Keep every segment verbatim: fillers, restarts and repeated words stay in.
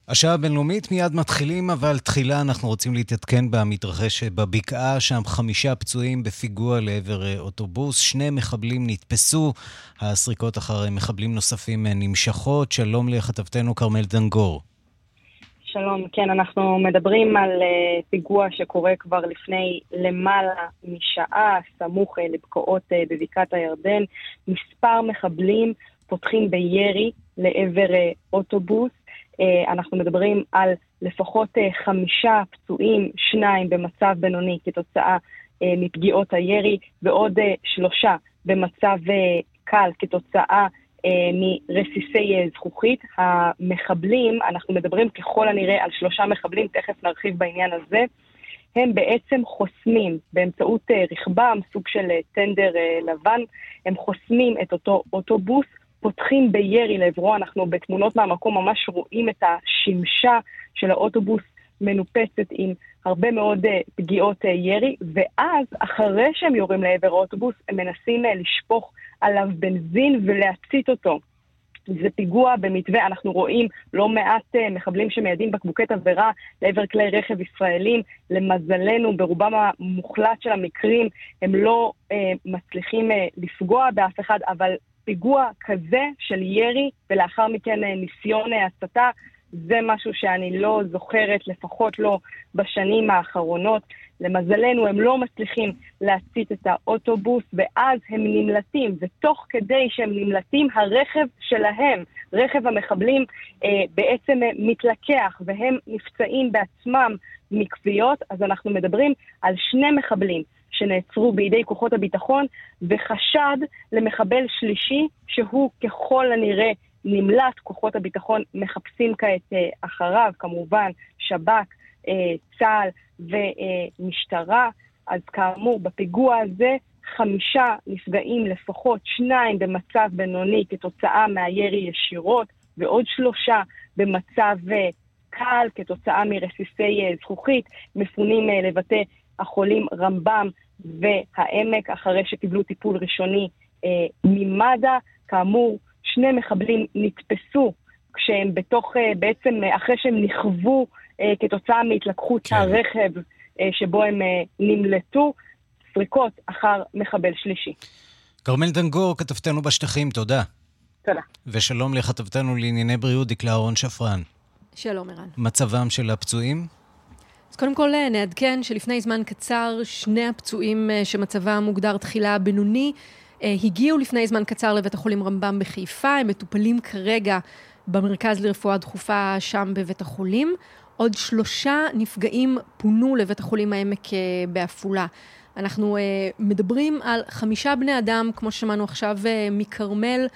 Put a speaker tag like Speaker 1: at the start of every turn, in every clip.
Speaker 1: השעה הבינלאומית מיד מתחילים, אבל תחילה אנחנו רוצים להתעדכן במתרחש בבקעה, שם חמישה פצועים בפיגוע לעבר אוטובוס, שני מחבלים נתפסו, הסריקות אחר מחבלים נוספים נמשכות. שלום לכתבתנו כרמל דנגור.
Speaker 2: שלום, כן, אנחנו מדברים על uh, פיגוע שקורה כבר לפני למעלה משעה, סמוך uh, לבקעות uh, בבקעת הירדן. מספר מחבלים פותחים בירי לעבר uh, אוטובוס. Uh, אנחנו מדברים על לפחות uh, חמישה פצועים, שניים במצב בינוני כתוצאה uh, מפגיעות הירי, ועוד uh, שלושה במצב uh, קל כתוצאה מרסיסי זכוכית. המחבלים, אנחנו מדברים ככל הנראה על שלושה מחבלים, תכף נרחיב בעניין הזה, הם בעצם חוסמים באמצעות רכבם, סוג של טנדר לבן, הם חוסמים את אותו אוטובוס, פותחים בירי לעברו. אנחנו בתמונות מהמקום ממש רואים את השמשה של האוטובוס מנופצת עם הרבה מאוד פגיעות ירי, ואז אחרי שהם יורים לעבר האוטובוס, הם מנסים לשפוך עליו בנזין ולהצית אותו. זה פיגוע במתווה, אנחנו רואים לא מעט מחבלים שמיידים בקבוקי תבערה לעבר כלי רכב ישראלים. למזלנו, ברובם המוחלט של המקרים הם לא אה, מצליחים אה, לפגוע באף אחד, אבל פיגוע כזה של ירי ולאחר מכן אה, ניסיון אה, הצתה, זה משהו שאני לא זוכרת, לפחות לא בשנים האחרונות. למזלנו הם לא מצליחים להצית את האוטובוס, ואז הם נמלטים, ותוך כדי שהם נמלטים, הרכב שלהם, רכב המחבלים, אה, בעצם אה, מתלקח, והם נפצעים בעצמם מכוויות. אז אנחנו מדברים על שני מחבלים שנעצרו בידי כוחות הביטחון, וחשד למחבל שלישי, שהוא ככל הנראה נמלט. כוחות הביטחון מחפשים כעת אה, אחריו, כמובן שב"כ, אה, צה"ל ומשטרה. אז כאמור, בפיגוע הזה חמישה נפגעים לפחות, שניים במצב בינוני כתוצאה מהירי ישירות, ועוד שלושה במצב אה, קל כתוצאה מרסיסי אה, זכוכית, מפונים אה, לבתי החולים רמב"ם והעמק אחרי שקיבלו טיפול ראשוני אה, ממד"א. כאמור, שני מחבלים נתפסו כשהם בתוך, בעצם אחרי שהם נכוו כתוצאה מהתלקחות כן. הרכב שבו הם נמלטו, סריקות אחר מחבל שלישי.
Speaker 1: כרמל דנגור, כתבתנו בשטחים, תודה.
Speaker 2: תודה.
Speaker 1: ושלום לכתבתנו לענייני בריאות, דקלה אהרון שפרן.
Speaker 3: שלום ערן.
Speaker 1: מצבם של הפצועים?
Speaker 3: אז קודם כל נעדכן שלפני זמן קצר שני הפצועים שמצבם מוגדר תחילה בינוני, הגיעו לפני זמן קצר לבית החולים רמב"ם בחיפה, הם מטופלים כרגע במרכז לרפואה דחופה שם בבית החולים. עוד שלושה נפגעים פונו לבית החולים העמק בעפולה. אנחנו מדברים על חמישה בני אדם, כמו ששמענו עכשיו מקרמל,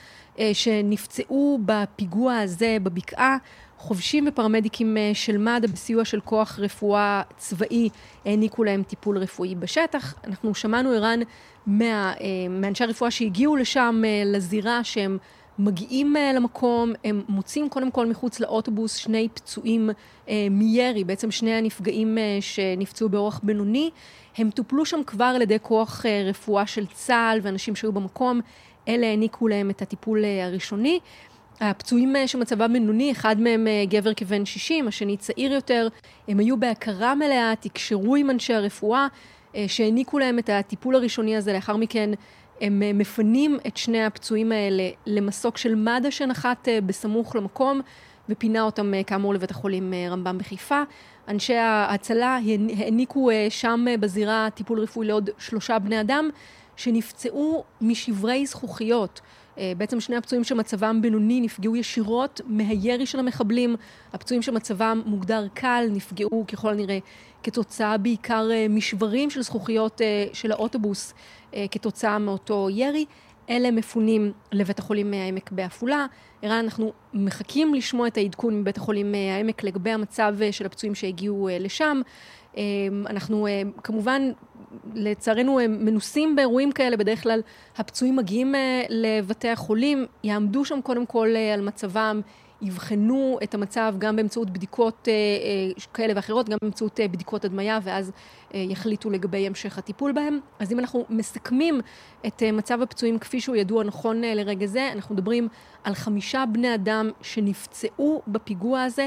Speaker 3: שנפצעו בפיגוע הזה בבקעה. חובשים ופרמדיקים של מד"א בסיוע של כוח רפואה צבאי העניקו להם טיפול רפואי בשטח. אנחנו שמענו ערן מה, מאנשי הרפואה שהגיעו לשם לזירה, שהם מגיעים למקום, הם מוצאים קודם כל מחוץ לאוטובוס שני פצועים מירי, בעצם שני הנפגעים שנפצעו באורח בינוני, הם טופלו שם כבר על ידי כוח רפואה של צה"ל ואנשים שהיו במקום, אלה העניקו להם את הטיפול הראשוני. הפצועים שמצבם בינוני, אחד מהם גבר כבן שישים, השני צעיר יותר, הם היו בהכרה מלאה, תקשרו עם אנשי הרפואה, שהעניקו להם את הטיפול הראשוני הזה. לאחר מכן הם מפנים את שני הפצועים האלה למסוק של מד"א שנחת בסמוך למקום, ופינה אותם כאמור לבית החולים רמב"ם בחיפה. אנשי ההצלה העניקו שם בזירה טיפול רפואי לעוד שלושה בני אדם, שנפצעו משברי זכוכיות. בעצם שני הפצועים שמצבם בינוני נפגעו ישירות מהירי של המחבלים. הפצועים שמצבם מוגדר קל נפגעו ככל הנראה כתוצאה בעיקר משברים של זכוכיות של האוטובוס כתוצאה מאותו ירי. אלה מפונים לבית החולים העמק בעפולה. ערן, אנחנו מחכים לשמוע את העדכון מבית החולים העמק לגבי המצב של הפצועים שהגיעו לשם. אנחנו כמובן לצערנו מנוסים באירועים כאלה, בדרך כלל הפצועים מגיעים לבתי החולים, יעמדו שם קודם כל על מצבם, יבחנו את המצב גם באמצעות בדיקות כאלה ואחרות, גם באמצעות בדיקות הדמיה, ואז יחליטו לגבי המשך הטיפול בהם. אז אם אנחנו מסכמים את מצב הפצועים כפי שהוא ידוע נכון לרגע זה, אנחנו מדברים על חמישה בני אדם שנפצעו בפיגוע הזה,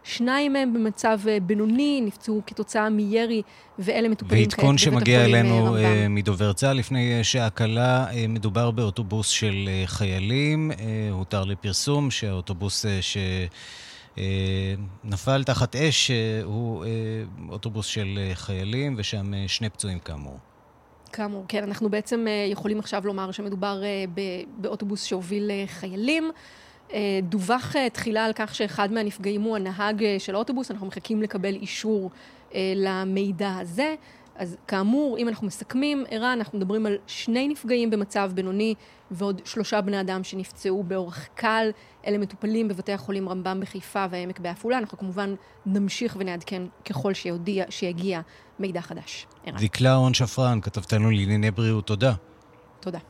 Speaker 3: שניים מהם במצב בינוני, נפצעו כתוצאה מירי, ואלה מטופלים כעת.
Speaker 1: ועדכון שמגיע אלינו מדובר צה"ל לפני שעה קלה, מדובר באוטובוס של חיילים, הותר לפרסום שהאוטובוס שנפל תחת אש הוא אוטובוס של חיילים, ושם שני פצועים כאמור.
Speaker 3: כאמור, כן, אנחנו בעצם יכולים עכשיו לומר שמדובר באוטובוס שהוביל חיילים. דווח תחילה על כך שאחד מהנפגעים הוא הנהג של האוטובוס, אנחנו מחכים לקבל אישור למידע הזה. אז כאמור, אם אנחנו מסכמים, ערן, אנחנו מדברים על שני נפגעים במצב בינוני ועוד שלושה בני אדם שנפצעו באורח קל. אלה מטופלים בבתי החולים רמב"ם בחיפה והעמק בעפולה. אנחנו כמובן נמשיך ונעדכן ככל שיודיע, שיגיע מידע חדש. ערן.
Speaker 1: דקלה און שפרן, כתבתנו לענייני בריאות, תודה.
Speaker 3: תודה.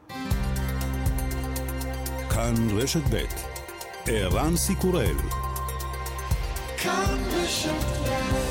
Speaker 4: כאן רשת ב' ערן סיקורל. כאן רשת ב'.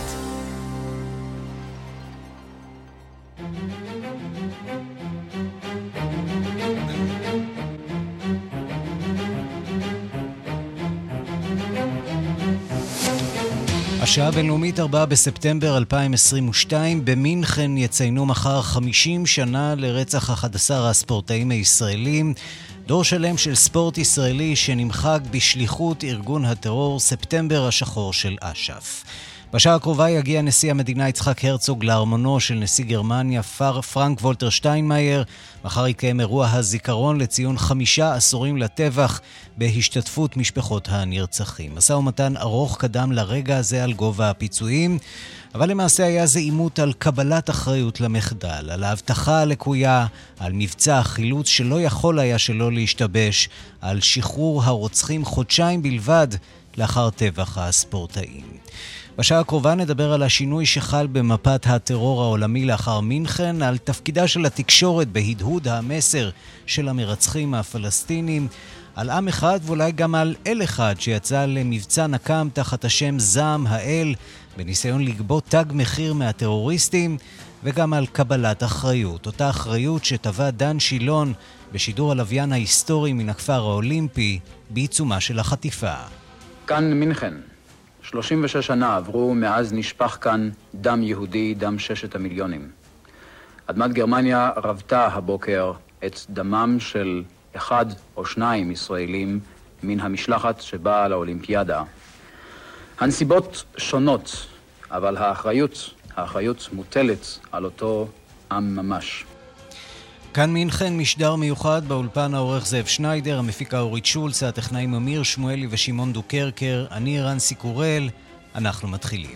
Speaker 1: השעה הבינלאומית ארבעה בספטמבר אלפיים עשרים ושתיים, במינכן יציינו מחר חמישים שנה לרצח אחד עשר הספורטאים הישראלים. דור שלם של ספורט ישראלי שנמחק בשליחות ארגון הטרור ספטמבר השחור של אש"ף. בשעה הקרובה יגיע נשיא המדינה יצחק הרצוג לארמונו של נשיא גרמניה פר, פרנק וולטר שטיינמאייר. מחר יתקיים אירוע הזיכרון לציון חמישה עשורים לטבח בהשתתפות משפחות הנרצחים. משא ומתן ארוך קדם לרגע הזה על גובה הפיצויים, אבל למעשה היה זה עימות על קבלת אחריות למחדל, על ההבטחה הלקויה, על מבצע החילוץ שלא יכול היה שלא להשתבש, על שחרור הרוצחים חודשיים בלבד לאחר טבח הספורטאים. בשעה הקרובה נדבר על השינוי שחל במפת הטרור העולמי לאחר מינכן, על תפקידה של התקשורת בהדהוד המסר של המרצחים הפלסטינים, על עם אחד ואולי גם על אל אחד שיצא למבצע נקם תחת השם זעם האל, בניסיון לגבות תג מחיר מהטרוריסטים, וגם על קבלת אחריות, אותה אחריות שטבע דן שילון בשידור הלוויין ההיסטורי מן הכפר האולימפי בעיצומה של החטיפה.
Speaker 5: כאן מינכן. שלושים ושש שנה עברו מאז נשפך כאן דם יהודי, דם ששת המיליונים. אדמת גרמניה רבתה הבוקר את דמם של אחד או שניים ישראלים מן המשלחת שבאה לאולימפיאדה. הנסיבות שונות, אבל האחריות, האחריות מוטלת על אותו עם ממש.
Speaker 1: כאן מינכן, משדר מיוחד באולפן העורך זאב שניידר, המפיקה אורית שולץ, הטכנאים אמיר שמואלי ושמעון דוקרקר, אני ערן סיקורל, אנחנו מתחילים.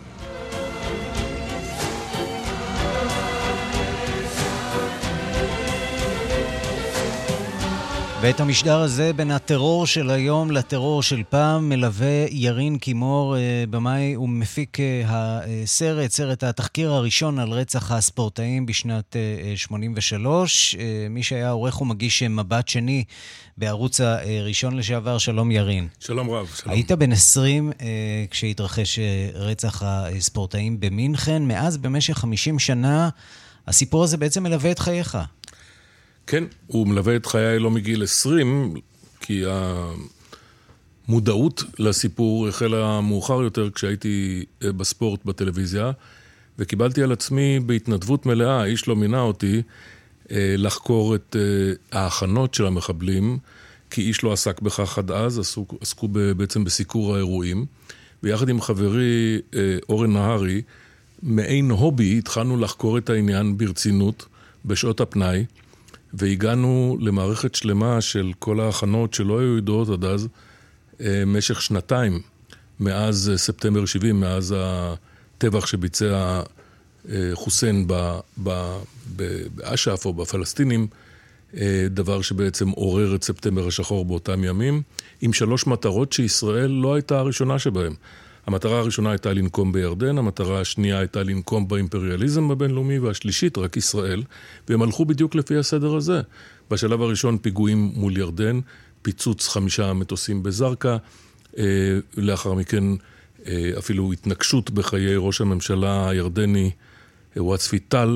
Speaker 1: ואת המשדר הזה בין הטרור של היום לטרור של פעם מלווה ירין קימור, במאי ומפיק הסרט, סרט התחקיר הראשון על רצח הספורטאים בשנת שמונים ושלוש. מי שהיה עורך ומגיש מבט שני בערוץ הראשון לשעבר. שלום ירין.
Speaker 6: שלום רב. שלום.
Speaker 1: היית בן עשרים כשהתרחש רצח הספורטאים במינכן. מאז במשך חמישים שנה הסיפור הזה בעצם מלווה את חייך.
Speaker 6: כן, הוא מלווה את חיי לא מגיל עשרים, כי המודעות לסיפור החלה מאוחר יותר כשהייתי בספורט בטלוויזיה, וקיבלתי על עצמי בהתנדבות מלאה, איש לא מינה אותי, לחקור את ההכנות של המחבלים, כי איש לא עסק בכך עד אז, עסקו, עסקו בעצם בסיקור האירועים, ויחד עם חברי אורן נהרי, מעין הובי התחלנו לחקור את העניין ברצינות בשעות הפנאי, והגענו למערכת שלמה של כל ההכנות שלא היו ידועות עד אז, משך שנתיים, מאז ספטמבר שבעים, מאז הטבח שביצע חוסיין באש"ף או בפלסטינים, דבר שבעצם עורר את ספטמבר השחור באותם ימים, עם שלוש מטרות שישראל לא הייתה הראשונה שבהם. המטרה הראשונה הייתה לנקום בירדן, המטרה השנייה הייתה לנקום באימפריאליזם הבינלאומי, והשלישית רק ישראל, והם הלכו בדיוק לפי הסדר הזה. בשלב הראשון פיגועים מול ירדן, פיצוץ חמישה מטוסים בזרקה, לאחר מכן אפילו התנגשות בחיי ראש הממשלה הירדני, וואצפי טל,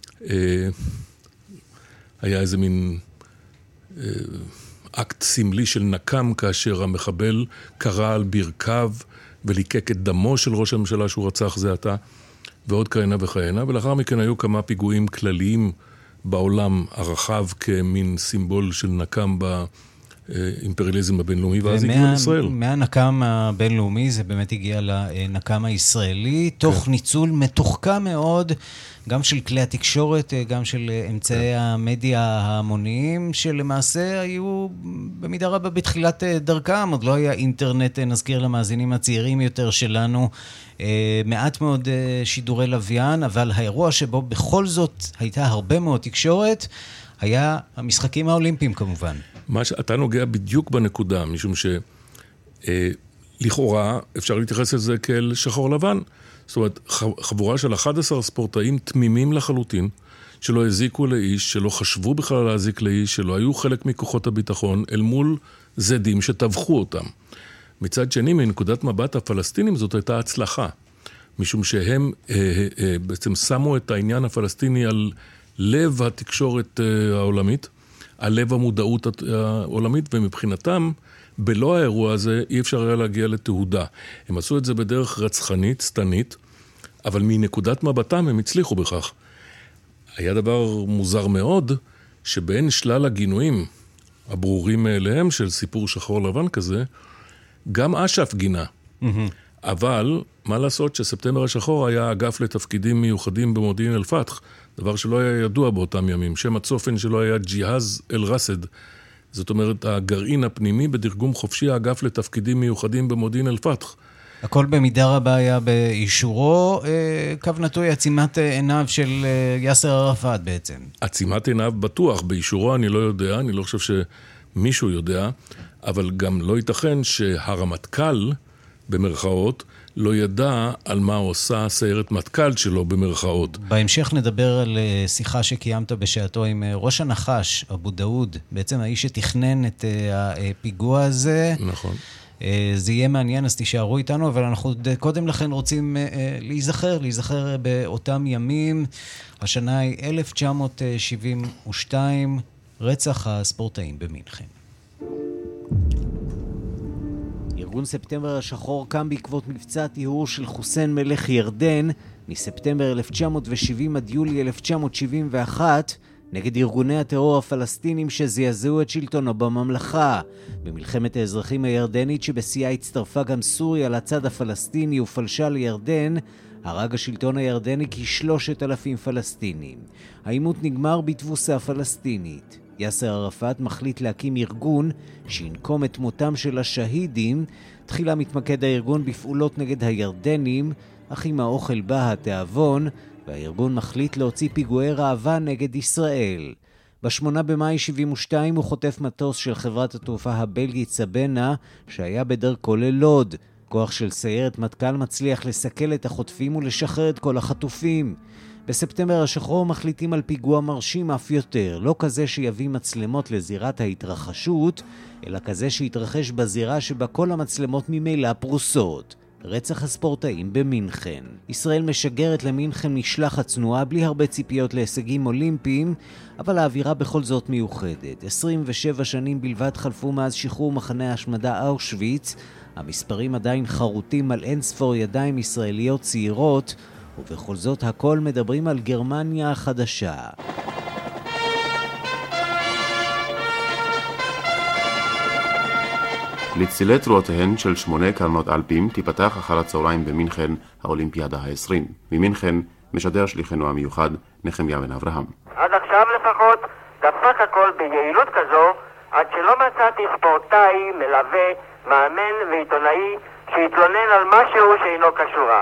Speaker 6: היה איזה מין אקט סמלי של נקם, כאשר המחבל קרא על ברכיו, וליקק את דמו של ראש הממשלה שהוא רצח זה עתה, ועוד כהנה וכהנה, ולאחר מכן היו כמה פיגועים כלליים בעולם הרחב כמין סימבול של נקם באימפריאליזם הבינלאומי, ואז הגיעו לישראל.
Speaker 1: מהנקם הבינלאומי זה באמת הגיע לנקם הישראלי, תוך ניצול מתוחכם מאוד, גם של כלי התקשורת, גם של אמצעי המדיה ההמוניים, שלמעשה היו במידה רבה בתחילת דרכם, עוד לא היה אינטרנט, נזכיר למאזינים הצעירים יותר שלנו, מעט מאוד שידורי לוויין, אבל האירוע שבו בכל זאת הייתה הרבה מאוד תקשורת, היה המשחקים האולימפיים כמובן.
Speaker 6: מה שאתה נוגע בדיוק בנקודה, משום שלכאורה אפשר להתייחס לזה כאל שחור לבן. זאת אומרת, חבורה של אחד עשר ספורטאים תמימים לחלוטין, שלא הזיקו לאיש, שלא חשבו בכלל להזיק לאיש, שלא היו חלק מכוחות הביטחון, אל מול זדים שטבחו אותם. מצד שני, מנקודת מבט הפלסטינים, זאת הייתה הצלחה. משום שהם אה, אה, בעצם שמו את העניין הפלסטיני על לב התקשורת אה, העולמית, על לב המודעות העולמית, ומבחינתם, בלא האירוע הזה, אי אפשר היה להגיע לתהודה. הם עשו את זה בדרך רצחנית, סתנית, אבל מנקודת מבטם הם הצליחו בכך. היה דבר מוזר מאוד, שבין שלל הגינויים הברורים מאליהם של סיפור שחור לבן כזה, גם אש"ף גינה. Mm-hmm. אבל מה לעשות שספטמבר השחור היה אגף לתפקידים מיוחדים במודיעין אל-פתח, דבר שלא היה ידוע באותם ימים. שם הצופן שלו היה ג'יהאז אל-רסד. זאת אומרת, הגרעין הפנימי בדרגום חופשי, האגף לתפקידים מיוחדים במודיעין אל-פתח.
Speaker 1: הכל במידה רבה היה באישורו, קו נטוי עצימת עיניו של יאסר ערפאת בעצם.
Speaker 6: עצימת עיניו בטוח, באישורו אני לא יודע, אני לא חושב שמישהו יודע, אבל גם לא ייתכן שהרמטכ"ל, במרכאות, לא ידע על מה עושה סיירת מטכ"ל שלו במרכאות.
Speaker 1: בהמשך נדבר על שיחה שקיימת בשעתו עם ראש הנחש, אבו דאוד, בעצם האיש שתכנן את הפיגוע הזה.
Speaker 6: נכון.
Speaker 1: זה יהיה מעניין, אז תישארו איתנו, אבל אנחנו קודם לכן רוצים להיזכר, להיזכר באותם ימים. השנה היא אלף תשע מאות שבעים ושתיים, רצח הספורטאים במינכן. ארגון ספטמבר השחור קם בעקבות מבצע טיהור של חוסיין מלך ירדן מספטמבר אלף תשע מאות שבעים עד יולי אלף תשע מאות שבעים ואחת נגד ארגוני הטרור הפלסטינים שזעזעו את שלטונו בממלכה. במלחמת האזרחים הירדנית שבשיאה הצטרפה גם סוריה לצד הפלסטיני ופלשה לירדן, הרג השלטון הירדני כשלושת אלפים פלסטינים. העימות נגמר בתבוסה פלסטינית. יאסר ערפאת מחליט להקים ארגון שינקום את מותם של השהידים. תחילה מתמקד הארגון בפעולות נגד הירדנים, אך עם האוכל בא התיאבון, והארגון מחליט להוציא פיגועי ראווה נגד ישראל. בשמונה במאי שבעים ושתיים הוא חוטף מטוס של חברת התעופה הבלגית סבנה, שהיה בדרכו ללוד. כוח של סיירת מטכ"ל מצליח לסכל את החוטפים ולשחרר את כל החטופים. בספטמבר השחור מחליטים על פיגוע מרשים אף יותר, לא כזה שיביא מצלמות לזירת ההתרחשות, אלא כזה שיתרחש בזירה שבה כל המצלמות ממילא פרוסות. רצח הספורטאים במינכן. ישראל משגרת למינכן משלחת צנועה בלי הרבה ציפיות להישגים אולימפיים, אבל האווירה בכל זאת מיוחדת. עשרים ושבע שנים בלבד חלפו מאז שחרור מחנה ההשמדה אושוויץ, המספרים עדיין חרוטים על אין ספור ידיים ישראליות צעירות, ובכל זאת הכל מדברים על גרמניה החדשה.
Speaker 7: לצילי תרועותיהן של שמונה קרנות אלפים תיפתח אחר הצהריים במינכן האולימפיאדה ה-עשרים. ממינכן משדר שליחנו המיוחד נחמיה בן אברהם.
Speaker 8: עד עכשיו לפחות דפק הכל ביעילות כזו, עד שלא מצאתי ספורטאי, מלווה, מאמן ועיתונאי שהתלונן על משהו שאינו קשורה.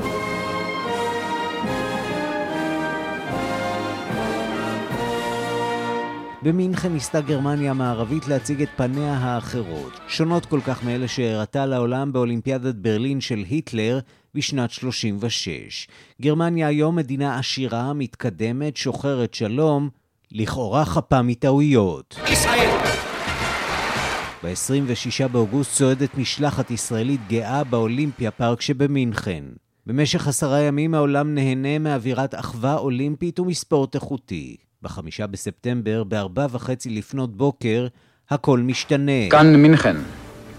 Speaker 1: במינכן ניסתה גרמניה המערבית להציג את פניה האחרות, שונות כל כך מאלה שהראתה לעולם באולימפיאדת ברלין של היטלר בשנת שלושים ושש. גרמניה היום מדינה עשירה, מתקדמת, שוחרת שלום, לכאורה חפה מטעויות. ישראל! ב-עשרים ושישה באוגוסט צועדת משלחת ישראלית גאה באולימפיה פארק שבמינכן. במשך עשרה ימים העולם נהנה מאווירת אחווה אולימפית ומספורט איכותי. בחמישה בספטמבר, בארבע וחצי לפנות בוקר, הכל משתנה.
Speaker 5: כאן מינכן,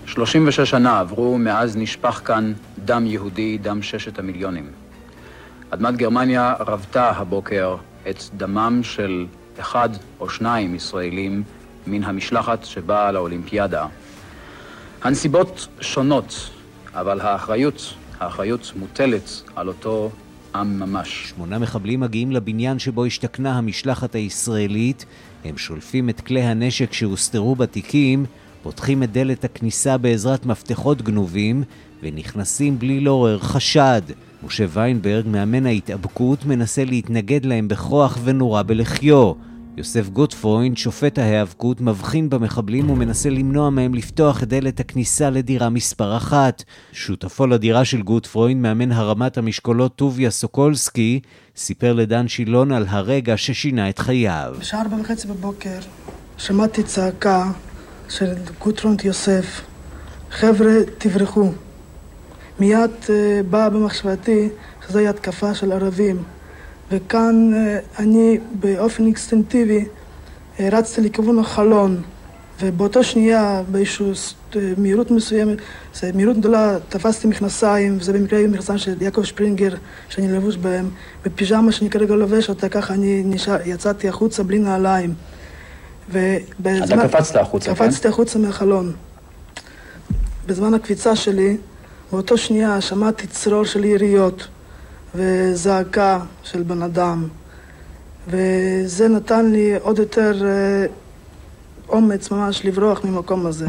Speaker 5: שלושים ושש שנה עברו מאז נשפך כאן דם יהודי, דם ששת המיליונים. אדמת גרמניה רבתה הבוקר את דמם של אחד או שניים ישראלים מן המשלחת שבאה לאולימפיאדה. הנסיבות שונות, אבל האחריות, האחריות מוטלת על אותו עם ממש.
Speaker 1: שמונה מחבלים מגיעים לבניין שבו השתכנה המשלחת הישראלית. הם שולפים את כלי הנשק שהוסתרו בתיקים, פותחים את דלת הכניסה בעזרת מפתחות גנובים ונכנסים בלי לעורר חשד. משה ויינברג, מאמן ההתאבקות, מנסה להתנגד להם בכוח ונורא בלחיו. יוסף גוטפרוינד, שופט ההיאבקות, מבחין במחבלים ומנסה למנוע מהם לפתוח את דלת הכניסה לדירה מספר אחת. שותפו לדירה של גוטפרוינד, מאמן הרמת המשקולות טוביה סוקולסקי, סיפר לדן שילון על הרגע ששינה את חייו.
Speaker 9: בשעה ארבע וחצי בבוקר שמעתי צעקה של גוטפרוינד יוסף, חבר'ה תברחו. מיד uh, באה במחשבתי שזו היא התקפה של ערבים, וכאן uh, אני באופן אינסטינקטיבי uh, רצתי לכיוון החלון, ובאותו שנייה באיזושהי uh, מהירות מסוימת, זה מהירות גדולה, תפסתי מכנסיים, וזה במקרה מכנסיים של יעקב שפרינגר שאני לבוש בהם, בפיג'מה שאני כרגע לובש אותה, ככה אני נשאר, יצאתי החוצה בלי נעליים.
Speaker 5: ובזמן, אתה קפצת החוצה,
Speaker 9: קפצתי כן? קפצתי החוצה מהחלון. בזמן הקפיצה שלי, באותו שנייה שמעתי צרור של יריות וזעקה של בן אדם, וזה נתן לי עוד יותר אה, אומץ ממש לברוח ממקום הזה.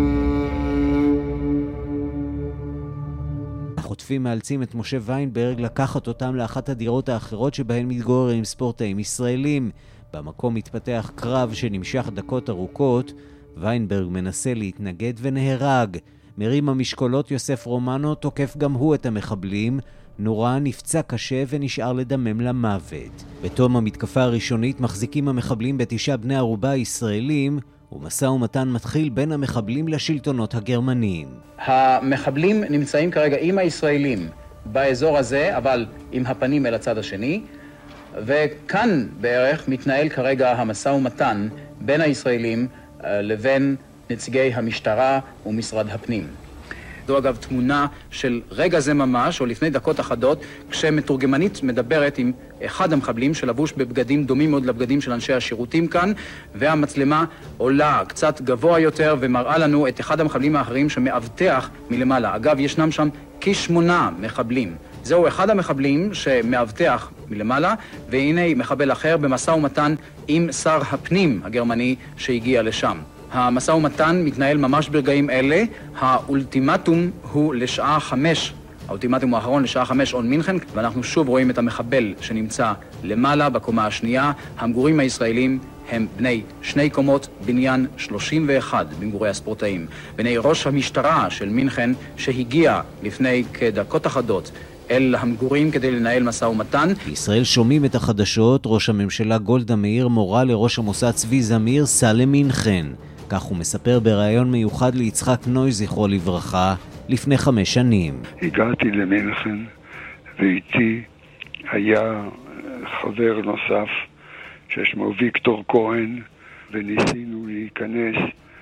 Speaker 1: החוטפים מאלצים את משה ויינברג לקחת אותם לאחת הדירות האחרות שבהן מתגוררים ספורטאים ישראלים. במקום מתפתח קרב שנמשך דקות ארוכות. ויינברג מנסה להתנגד ונהרג. מרים המשקולות יוסף רומנו תוקף גם הוא את המחבלים. נורא נפצע קשה ונשאר לדמם למוות. בתום המתקפה הראשונית מחזיקים המחבלים בתשעה בני ערובה ישראלים, ומשא ומתן מתחיל בין המחבלים לשלטונות הגרמנים.
Speaker 5: המחבלים נמצאים כרגע עם הישראלים באזור הזה, אבל עם הפנים אל הצד השני, וכאן בערך מתנהל כרגע המשא ומתן בין הישראלים לבין נציגי המשטרה ומשרד הפנים. זו אגב תמונה של רגע זה ממש, או לפני דקות אחדות, כשמתורגמנית מדברת עם אחד המחבלים שלבוש בבגדים דומים מאוד לבגדים של אנשי השירותים כאן, והמצלמה עולה קצת גבוה יותר ומראה לנו את אחד המחבלים האחרים שמאבטח מלמעלה. אגב, ישנם שם כשמונה מחבלים. זהו אחד המחבלים שמאבטח מלמעלה, והנה מחבל אחר במשא ומתן עם שר הפנים הגרמני שהגיע לשם. המשא ומתן מתנהל ממש ברגעים אלה. האולטימטום הוא לשעה חמש, האולטימטום האחרון לשעה חמש און מינכן, ואנחנו שוב רואים את המחבל שנמצא למעלה בקומה השנייה. המגורים הישראלים הם בני שני קומות, בניין שלושים ואחת במגורי הספורטאים. בני ראש המשטרה של מינכן שהגיע לפני כדקות אחדות אל המגורים כדי לנהל משא ומתן.
Speaker 1: בישראל שומעים את החדשות. ראש הממשלה גולדה מאיר מורה לראש המוסד צבי זמיר סע למינכן. כך הוא מספר בראיון מיוחד ליצחק נוי זכרו לברכה לפני חמש שנים.
Speaker 10: הגעתי למינכן ואיתי היה חבר נוסף ששמו ויקטור כהן, וניסינו להיכנס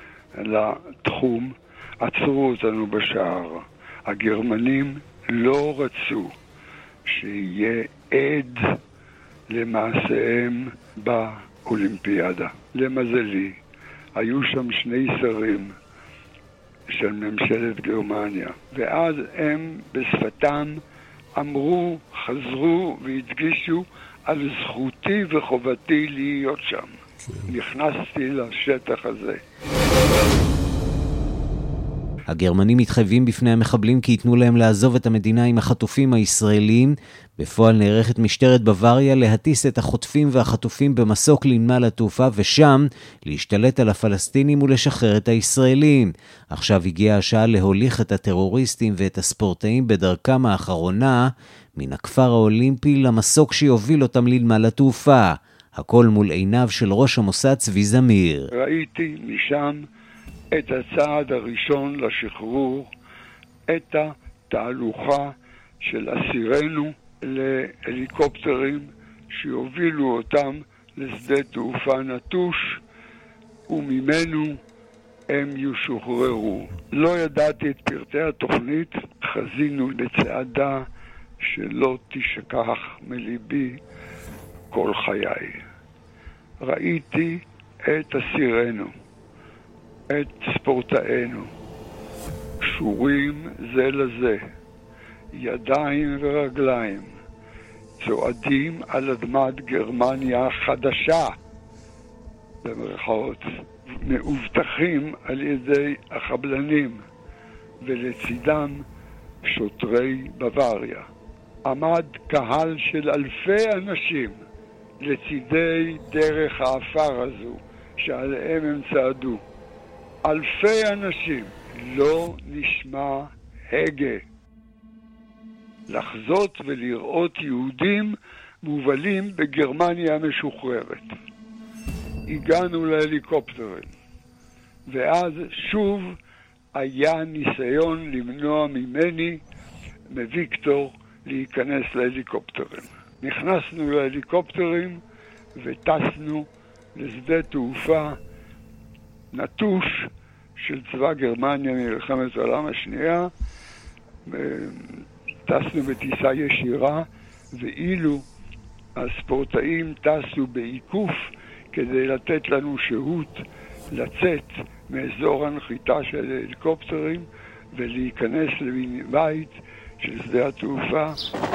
Speaker 10: לתחום. עצרו אותנו בשער. הגרמנים לא רצו שיהיה עד למעשיהם באולימפיאדה. למזלי, היו שם שני שרים של ממשלת גרמניה, ואז הם בשפתם אמרו, חזרו והדגישו על זכותי וחובתי להיות שם. נכנסתי לשטח הזה.
Speaker 1: הגרמנים מתחייבים בפני המחבלים כי ייתנו להם לעזוב את המדינה עם החטופים הישראלים. בפועל נערכת משטרת בוואריה להטיס את החוטפים והחטופים במסוק לנמל התעופה, ושם להשתלט על הפלסטינים ולשחרר את הישראלים. עכשיו הגיעה השעה להוליך את הטרוריסטים ואת הספורטאים בדרכם האחרונה מן הכפר האולימפי למסוק שיוביל אותם לנמל התעופה. הכל מול עיניו של ראש המוסד צבי זמיר.
Speaker 10: ראיתי משם את הצעד הראשון לשחרור, את התהלוכה של אסירנו להליקופטרים שיובילו אותם לשדה תעופה נטוש, וממנו הם ישוחררו. לא ידעתי את פרטי התוכנית, חזינו לצעדה שלא תשכח מליבי כל חיי. ראיתי את אסירנו, את ספורטאינו, קשורים זה לזה, ידיים ורגליים, צועדים על אדמת גרמניה חדשה, במרכאות, מאובטחים על ידי החבלנים, ולצידם שוטרי בוואריה. עמד קהל של אלפי אנשים לצידי דרך האפר הזו שעליהם הם צעדו. אלפי אנשים, לא נשמע הגה. לחזות ולראות יהודים מובלים בגרמניה המשוחררת. הגענו להליקופטרים, ואז שוב היה ניסיון למנוע ממני, מוויקטור, להיכנס להליקופטרים. נכנסנו להליקופטרים וטסנו לשדה תעופה נטוש של צבא גרמניה מלחמת העולם השנייה. טסנו בטיסה ישירה, ואילו הספורטאים טסו בעיקוף כדי לתת לנו שהות לצאת מאזור הנחיתה של הליקופטרים ולהיכנס לבית של שדה התעופה.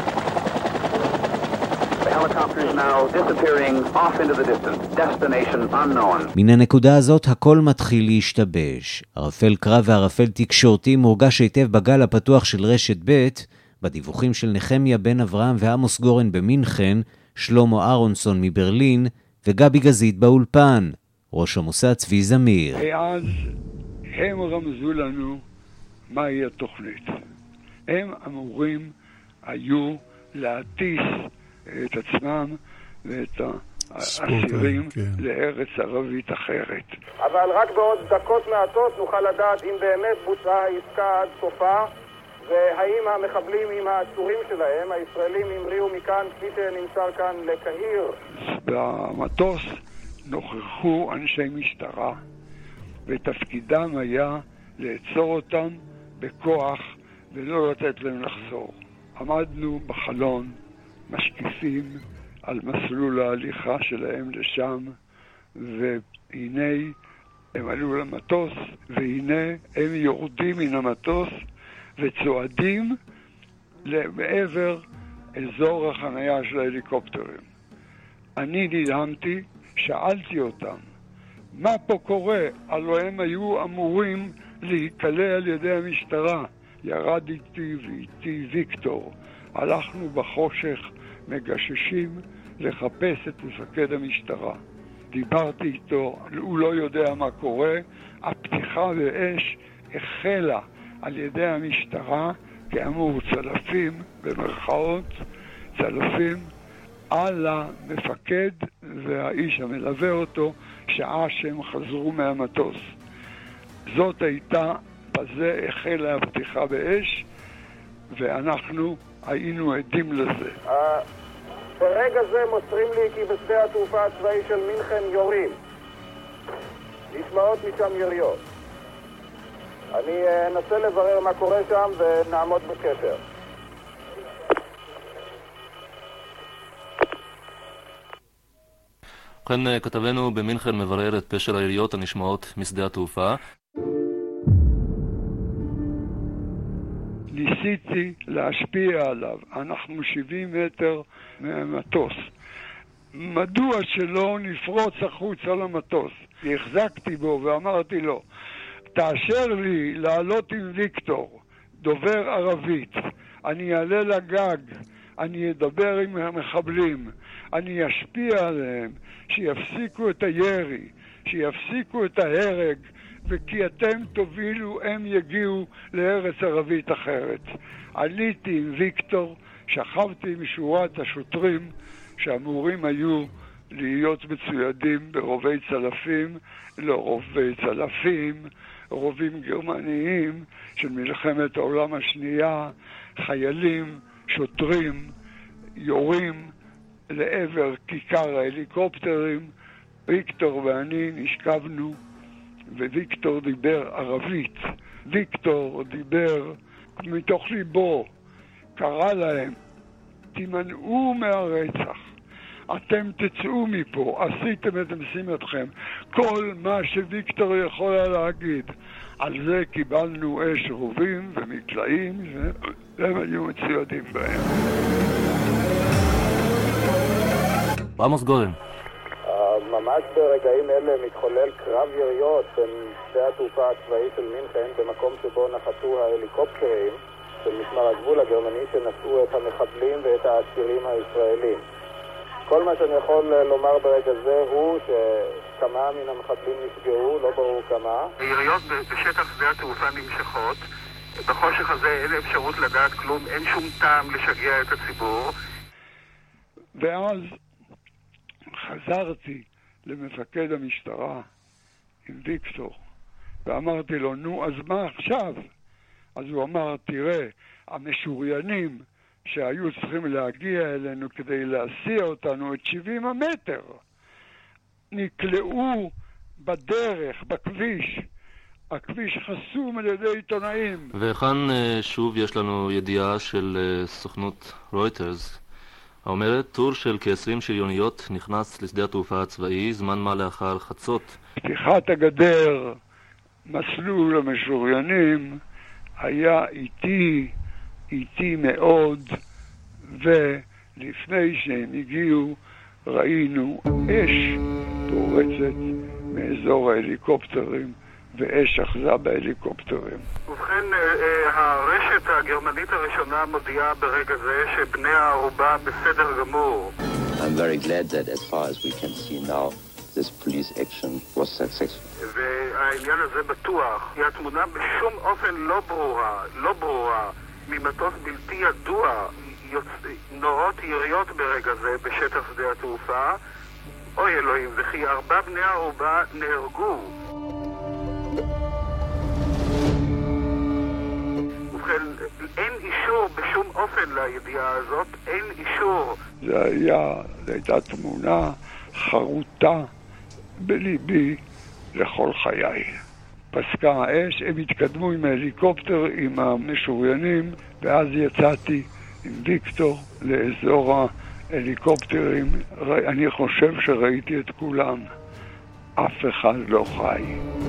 Speaker 1: מן הנקודה הזאת הכל מתחיל להשתבש. ערפל קרב וערפל תקשורתי מורגש היטב בגל הפתוח של רשת ב', בדיווחים של נחמיה בן אברהם ועמוס גורן במינכן, שלמה אהרונסון מברלין וגבי גזית באולפן. ראש המוסד צבי זמיר.
Speaker 10: אז הם רמזו לנו מהי התוכנית. הם אמורים היו להטיס את עצמם ואת האסירים כן. לארץ ערבית אחרת.
Speaker 11: אבל רק בעוד דקות מעטות נוכל לדעת אם באמת בוצעה העסקה עד סופה, והאם המחבלים עם העצורים שלהם, הישראלים, המריאו מכאן כפי שנמסר כאן לקהיר.
Speaker 10: במטוס נוכחו אנשי משטרה, ותפקידם היה לעצור אותם בכוח ולא לתת להם לחזור. עמדנו בחלון, משקיפים על מסלול ההליכה שלהם לשם, והנה הם עלו למטוס, והנה הם יורדים מן המטוס וצועדים לעבר אזור החנייה של ההליקופטרים. אני נדהמתי, שאלתי אותם, מה פה קורה? הלוא הם היו אמורים להיקלע על ידי המשטרה. ירד איתי ואיתי ויקטור. הלכנו בחושך מגששים לחפש את מפקד המשטרה. דיברתי איתו, הוא לא יודע מה קורה. הפתיחה באש החלה על ידי המשטרה, כאמור צלפים, במרכאות, צלפים, על המפקד והאיש המלווה אותו, שעה שהם חזרו מהמטוס. זאת הייתה, בזה החלה הפתיחה באש, ואנחנו היינו עדים לזה.
Speaker 11: ברגע זה מוסרים לי כי בשדה התעופה הצבאי של מינכן יורים. נשמעות משם יריות. אני אנסה לברר מה קורה שם ונעמוד בקשר.
Speaker 12: ובכן, כתבנו במינכן מברר את פשר היריות הנשמעות משדה התעופה.
Speaker 10: ניסיתי להשפיע עליו. אנחנו שבעים מטר מהמטוס. מדוע שלא נפרוץ החוצה למטוס? החזקתי בו ואמרתי לו, תאשר לי לעלות עם ויקטור, דובר ערבית. אני אעלה לגג, אני אדבר עם המחבלים, אני אשפיע עליהם, שיפסיקו את הירי, שיפסיקו את ההרג, וכי אתם תובילו, הם יגיעו לארץ ערבית אחרת. עליתי עם ויקטור, שכבתי עם שורת השוטרים שאמורים היו להיות מצוידים ברובי צלפים, לא רובי צלפים, רובים גרמניים של מלחמת העולם השנייה, חיילים, שוטרים, יורים לעבר כיכר ההליקופטרים. ויקטור ואני נשכבנו וויקטור דיבר ערבית. ויקטור דיבר מתוך ליבו, קרא להם, תימנעו מהרצח. אתם תצאו מפה, עשיתם את משימתכם. כל מה שוויקטור יכול היה להגיד. על זה קיבלנו אש רובים ומקלעים, והם היו מצוידים בהם.
Speaker 12: עמוס גורן.
Speaker 11: ממש ברגעים אלה מתחולל קרב יריות בין שדה התעופה הצבאי של מינכן במקום שבו נחתו ההליקופטרים של משמר הגבול הגרמני שנשאו את המחבלים ואת העצירים הישראלים. כל מה שאני יכול לומר ברגע זה הוא שכמה מן המחבלים נפגעו, לא ברור כמה.
Speaker 13: היריות בשטח שדה התעופה נמשכות. בחושך הזה אין אפשרות לדעת כלום, אין שום טעם לשגע את הציבור.
Speaker 10: ואז חזרתי למפקד המשטרה עם ויקטור ואמרתי לו, נו, אז מה עכשיו? אז הוא אמר, תראה, המשוריינים שהיו צריכים להגיע אלינו כדי להסיע אותנו את שבעים המטר נקלעו בדרך, בכביש. הכביש חסום על ידי עיתונאים.
Speaker 12: וכאן שוב יש לנו ידיעה של סוכנות רויטרס האומרת, טור של כ-עשרים שריוניות נכנס לשדה התעופה הצבאי זמן מה לאחר חצות.
Speaker 10: פתיחת הגדר, מסלול המשוריינים, היה איטי, איטי מאוד, ולפני שהם הגיעו ראינו אש פורצת מאזור ההליקופטרים, ואש אחזה בהליקופטרים.
Speaker 13: ובכן, הרשת הגרמנית הראשונה מודיעה ברגע זה שבני הערובה בסדר גמור.
Speaker 14: I'm very glad that as far as we can see now, this police action was successful.
Speaker 13: והעניין הזה בטוח, היא התמונה בשום אופן לא ברורה, לא ברורה, ממטוס בלתי ידוע, יוצ... נורות יריות ברגע זה בשטח שדה התעופה. אוי אלוהים, וכי ארבע בני הערובה נהרגו. ובכן, אין אישור בשום אופן לידיעה הזאת, אין אישור.
Speaker 10: זה היה, זו הייתה תמונה חרוטה בליבי לכל חיי. פסקה האש, הם התקדמו עם ההליקופטר, עם המשוריינים, ואז יצאתי עם ויקטור לאזור ההליקופטרים. אני חושב שראיתי את כולם. אף אחד לא חי.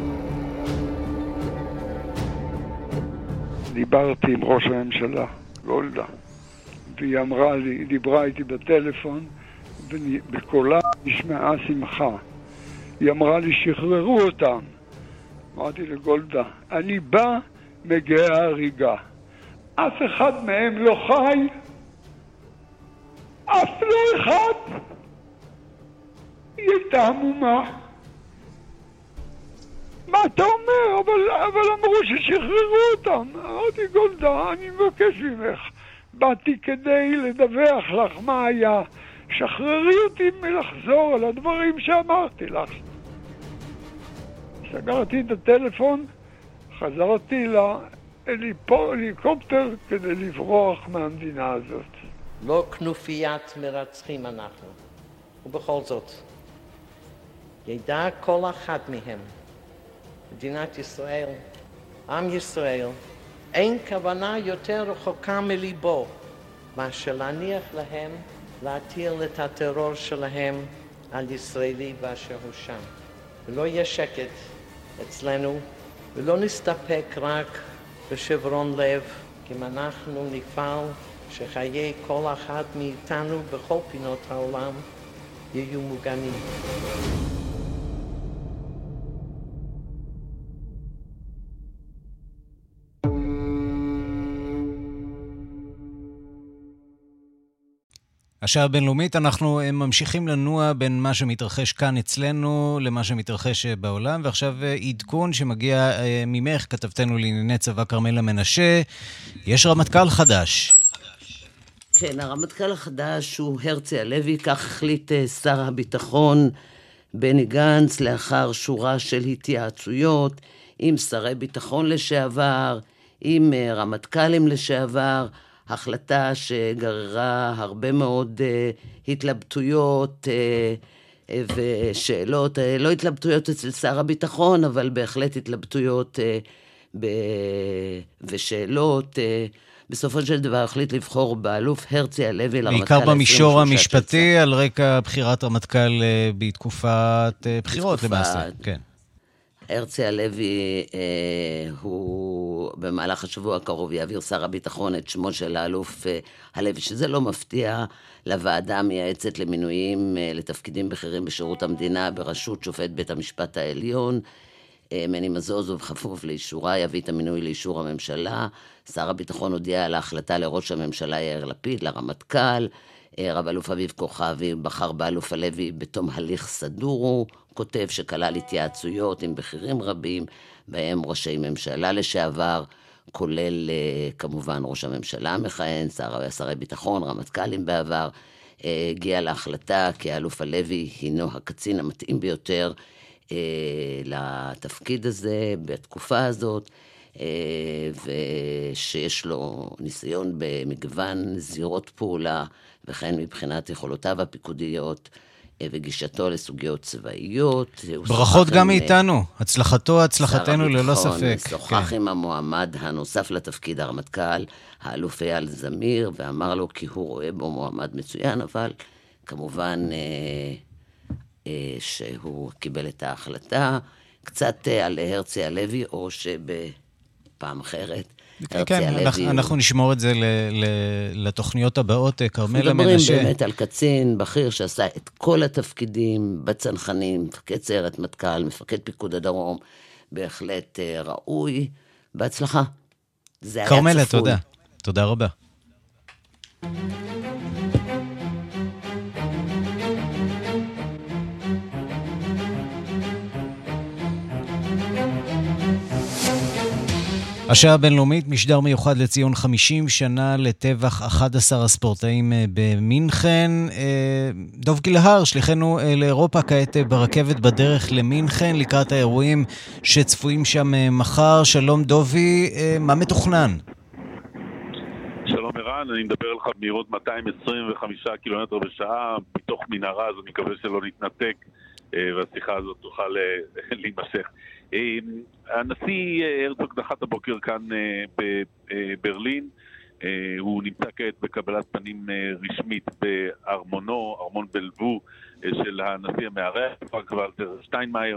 Speaker 10: דיברתי עם ראש הממשלה, גולדה, והיא אמרה לי, היא דיברה איתי בטלפון, ובקולה נשמעה שמחה. היא אמרה לי, שחררו אותם. אמרתי לגולדה, אני בא מגאה הריגה. אף אחד מהם לא חי, אף לא אחד. היא הייתה עמומה. מה אתה אומר? אבל, אבל אמרו ששחררו אותם. אמרתי, גולדה, אני מבקש ממך. באתי כדי לדווח לך מה היה. שחררי אותי מלחזור על הדברים שאמרתי לך. סגרתי את הטלפון, חזרתי להליקופטר כדי לברוח מהמדינה הזאת.
Speaker 15: לא כנופיית מרצחים אנחנו, ובכל זאת, ידע כל אחד מהם, מדינת ישראל, עם ישראל, אין כוונה יותר רחוקה מליבו, מאשר להניח להם להטיל את הטרור שלהם על ישראלי באשר הוא שם. ולא יהיה שקט אצלנו, ולא נסתפק רק בשברון לב, כי אם אנחנו נפעל שחיי כל אחד מאיתנו בכל פינות העולם יהיו מוגנים.
Speaker 1: השעה הבינלאומית, אנחנו ממשיכים לנוע בין מה שמתרחש כאן אצלנו למה שמתרחש בעולם, ועכשיו עדכון שמגיע ממך, כתבתנו לענייני צבא כרמלה מנשה, יש רמטכ"ל חדש.
Speaker 16: כן, הרמטכ"ל החדש הוא הרצי הלוי, כך החליט שר הביטחון בני גנץ לאחר שורה של התייעצויות עם שרי ביטחון לשעבר, עם רמטכ"לים לשעבר, החלטה שגררה הרבה מאוד uh, התלבטויות, uh, ושאלות, לא התלבטויות אצל שר הביטחון, אבל בהחלט התלבטויות ב... ושאלות. בסופו של דבר החליט לבחור באלוף הרצי הלוי לרמטכ"ל.
Speaker 1: בעיקר במישור המשפטי, על רקע בחירת רמטכ"ל בתקופת בחירות למעשה. כן.
Speaker 16: הרצי הלוי אה, הוא במהלך השבוע הקרוב יעביר שר הביטחון את שמו של האלוף אה, הלוי, שזה לא מפתיע, לוועדה המייעצת למינויים אה, לתפקידים בכירים בשירות המדינה בראשות שופט בית המשפט העליון. אה, מני מזוז ובכפוף לאישורה יביא את המינוי לאישור הממשלה. שר הביטחון הודיע על ההחלטה לראש הממשלה יאיר לפיד, לרמטכ"ל. רב אלוף אביב כוכבי בחר באלוף הלוי בתום הליך סדור, הוא כותב שכלל התייעצויות עם בכירים רבים, בהם ראשי ממשלה לשעבר, כולל כמובן ראש הממשלה המכהן, שר, שרי ביטחון, רמטכ"לים בעבר, הגיע להחלטה כי האלוף הלוי הינו הקצין המתאים ביותר לתפקיד הזה בתקופה הזאת, ושיש לו ניסיון במגוון זירות פעולה, וכן מבחינת יכולותיו הפיקודיות וגישתו לסוגיות צבאיות.
Speaker 1: ברכות גם מאיתנו, הצלחתו, הצלחתנו ללא ספק.
Speaker 16: שוחח עם המועמד הנוסף לתפקיד הרמטכ"ל, האלוף אייל זמיר, ואמר לו כי הוא רואה בו מועמד מצוין, אבל כמובן שהוא קיבל את ההחלטה. קצת על הרצי הלוי, או שבפעם אחרת,
Speaker 1: כן, אנחנו, אנחנו נשמור את זה ל, ל, לתוכניות הבאות, קרמלה מנשה.
Speaker 16: מדברים באמת על קצין בכיר שעשה את כל התפקידים בצנחנים, מפקד סיירת מטכ"ל, מפקד פיקוד הדרום, בהחלט ראוי, בהצלחה. זה היה צפוי.
Speaker 1: קרמלה, תודה. תודה רבה. השעה הבינלאומית, משדר מיוחד לציון חמישים שנה לטבח אחד עשר הספורטאים במינכן. דוב גילהר, שליחנו לאירופה כעת ברכבת בדרך למינכן, לקראת האירועים שצפויים שם מחר. שלום דובי, מה מתוכנן?
Speaker 17: שלום ערן, אני מדבר לך במהירות מאתיים עשרים וחמישה קילומטר בשעה, בתוך מנהרה, אז אני מקווה שלא נתנתק, והשיחה הזאת תוכל להימשך. הנשיא הרצוג נחת הבוקר כאן בברלין, הוא נמצא כעת בקבלת פנים רשמית בארמונו, ארמון בלבו של הנשיא המארח, פרנק ולטר שטיינמאייר.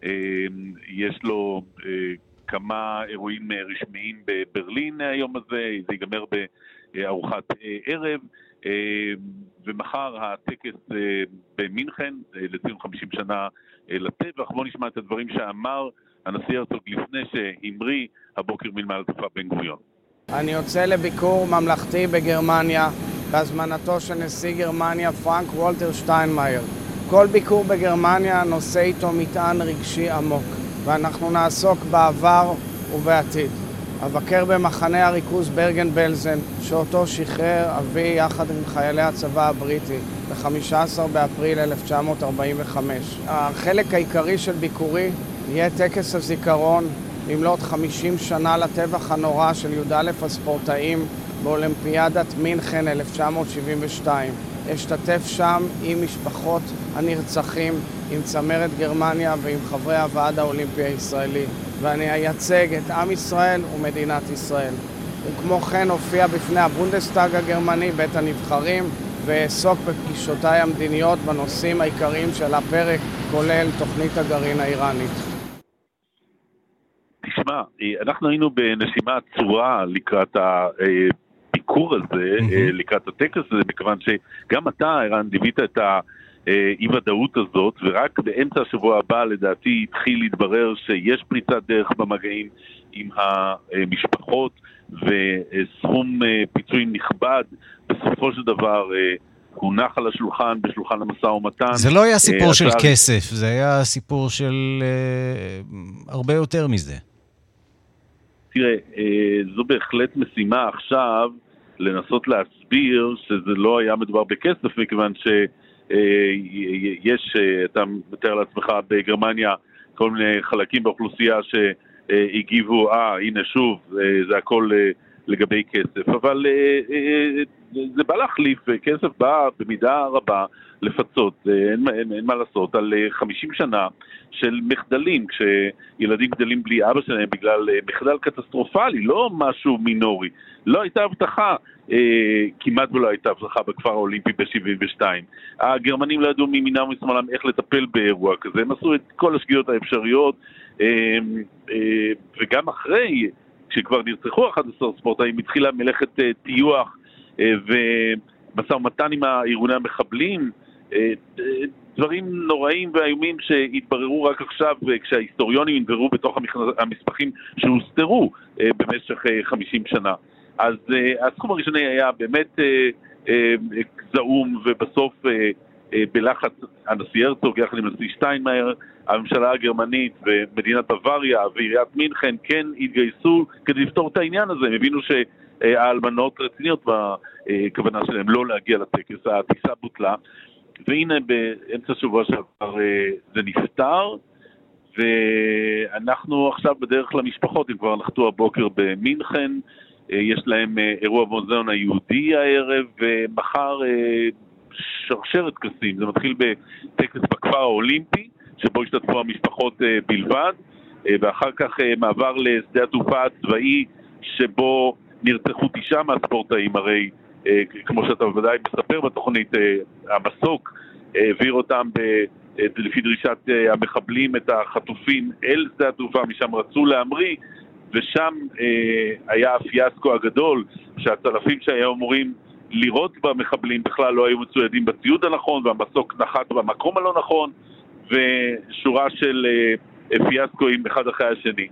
Speaker 17: יש לו כמה אירועים רשמיים בברלין היום הזה, זה ייגמר בארוחת ערב, ומחר הטקס במינכן לציון חמישים שנה לטבח. בוא נשמע את הדברים שאמר הנשיא הרצוג לפני שהמריא הבוקר מנמל התעופה בן גוריון.
Speaker 18: אני יוצא לביקור ממלכתי בגרמניה בהזמנתו של נשיא גרמניה פרנק וולטר שטיינמאייר. כל ביקור בגרמניה נושא איתו מטען רגשי עמוק, ואנחנו נעסוק בעבר ובעתיד. אבקר במחנה הריכוז ברגן בלזן, שאותו שחרר אבי יחד עם חיילי הצבא הבריטי ב-חמישה עשר באפריל אלף תשע מאות ארבעים וחמש. החלק העיקרי של ביקורי יהיה טקס הזיכרון במלאת חמישים שנה לטבח הנורא של י"א הספורטאים באולימפיאדת מינכן אלף תשע מאות שבעים ושתיים. אשתתף שם עם משפחות הנרצחים, עם צמרת גרמניה ועם חברי הוועד האולימפי הישראלי, ואני אייצג את עם ישראל ומדינת ישראל. וכמו כן הופיע בפני הבונדסטאג הגרמני, בית הנבחרים, ועסוק בפגישותיי המדיניות בנושאים העיקריים של הפרק, כולל תוכנית הגרעין האיראנית.
Speaker 17: תשמע, אנחנו היינו בנשימה עצורה לקראת הביקור הזה, mm-hmm. לקראת הטקס הזה, מכיוון שגם אתה, ערן, דיבית את האי-ודאות הזאת, ורק באמצע השבוע הבא, לדעתי, התחיל להתברר שיש פריצת דרך במגעים עם המשפחות, וסכום פיצויים נכבד, בסופו של דבר הונח על השולחן, בשולחן המשא ומתן.
Speaker 1: זה לא היה סיפור של כסף, זה היה סיפור של הרבה יותר מזה.
Speaker 17: תראה, זו בהחלט משימה עכשיו לנסות להסביר שזה לא היה מדובר בכסף, מכיוון שיש, אתה מתאר לעצמך בגרמניה, כל מיני חלקים באוכלוסייה שהגיבו, אה, הנה שוב, זה הכל לגבי כסף, אבל זה בא להחליף, כסף בא במידה רבה לפצות, אין, אין, אין מה לעשות, על חמישים שנה של מחדלים, כשילדים גדלים בלי אבא שלהם בגלל מחדל קטסטרופלי, לא משהו מינורי. לא הייתה הבטחה, אה, כמעט ולא הייתה הבטחה בכפר האולימפי ב-שבעים ושתיים. הגרמנים לא ידעו מימינם ומשמאלם איך לטפל באירוע כזה, הם עשו את כל השגיאות האפשריות, אה, אה, וגם אחרי, כשכבר נרצחו אחד עשר ספורטאים, התחילה מלאכת אה, טיוח אה, ומשא ומתן עם ארגוני המחבלים, אה, אה, דברים נוראים ואיומים שהתבררו רק עכשיו כשההיסטוריונים ינברו בתוך המסמכים שהוסתרו במשך חמישים שנה. אז הסכום הראשוני היה באמת זעום, ובסוף בלחץ הנשיא הרצוג יחד עם הנשיא שטיינמאייר, הממשלה הגרמנית ומדינת בוואריה ועיריית מינכן כן התגייסו כדי לפתור את העניין הזה. הם הבינו שהאלמנות רציניות בכוונה שלהם לא להגיע לטקס, הטיסה בוטלה, והנה באמצע שבוע שעבר זה נפטר, ואנחנו עכשיו בדרך למשפחות, הם כבר נחתו הבוקר במינכן, יש להם אירוע במוזיאון היהודי הערב, ומחר שרשרת טקסים, זה מתחיל בטקס בכפר האולימפי, שבו השתתפו המשפחות בלבד, ואחר כך מעבר לשדה התעופה הצבאי, שבו נרצחו תשעה מהספורטאים, הרי כמו שאתה בוודאי מספר בתוכנית, המסוק העביר אותם לפי דרישת המחבלים את החטופים אל שדה התעופה, משם רצו להמריא, ושם היה הפיאסקו הגדול, שהצלפים שהיו אמורים לירות במחבלים בכלל לא היו מצוידים בציוד הנכון, והמסוק נחת במקום הלא נכון, ושורה של פיאסקוים אחד אחרי השני.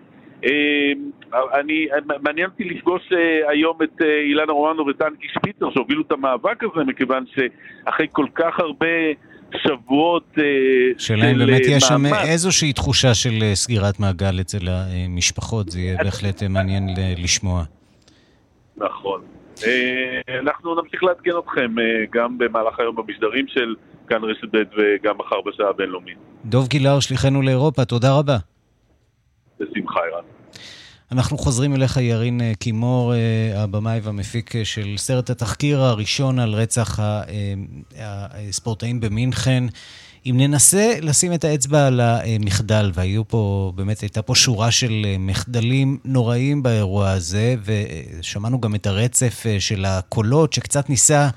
Speaker 17: אני, מעניין אותי לפגוש היום את אילנה רומנו וטנקי שפיצר שהובילו את המאבק הזה, מכיוון שאחרי כל כך הרבה שבועות
Speaker 1: שלהם באמת יש שם איזושהי תחושה של סגירת מעגל אצל המשפחות, זה יהיה בהחלט מעניין לשמוע.
Speaker 17: נכון. אנחנו נמשיך לעדכן אתכם גם במהלך היום במשדרים של כאן רשת ב' וגם מחר בשעה הבינלאומית.
Speaker 1: דוב גילהר, שליחנו לאירופה, תודה רבה.
Speaker 17: בשמחה, אירן.
Speaker 1: אנחנו חוזרים אליך, ירין קימור, הבמאי והמפיק של סרט התחקיר הראשון על רצח הספורטאים במינכן. אם ננסה לשים את האצבע על המחדל, והיו פה, באמת הייתה פה שורה של מחדלים נוראים באירוע הזה, ושמענו גם את הרצף של הקולות שקצת ניסה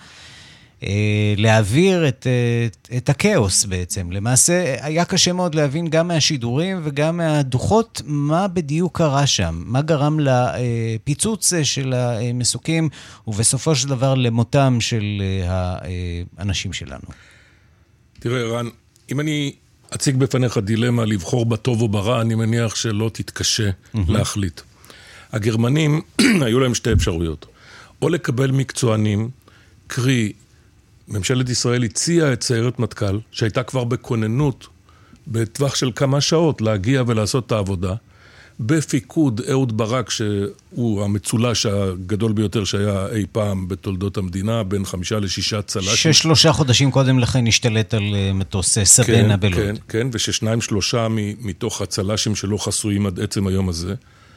Speaker 1: להעביר את, את, את הכאוס בעצם. למעשה היה קשה מאוד להבין גם מהשידורים וגם מהדוחות מה בדיוק קרה שם, מה גרם לפיצוץ של המסוקים ובסופו של דבר למותם של האנשים שלנו.
Speaker 6: תראה רן, אם אני אציג בפניך דילמה לבחור בטוב או ברע, אני מניח שלא תתקשה mm-hmm. להחליט. הגרמנים היו להם שתי אפשרויות, או לקבל מקצוענים, קרי ממשלת ישראל הציעה את סיירת מטכ"ל, שהייתה כבר בכוננות, בטווח של כמה שעות, להגיע ולעשות את העבודה, בפיקוד אהוד ברק, שהוא המצולש הגדול ביותר שהיה אי פעם בתולדות המדינה, בין חמישה לשישה צל"שים.
Speaker 1: ששלושה חודשים קודם לכן השתלט על מטוס סבנה בלוד.
Speaker 6: כן, כן, וששניים שלושה מתוך הצל"שים שלא חסויים עד עצם היום הזה.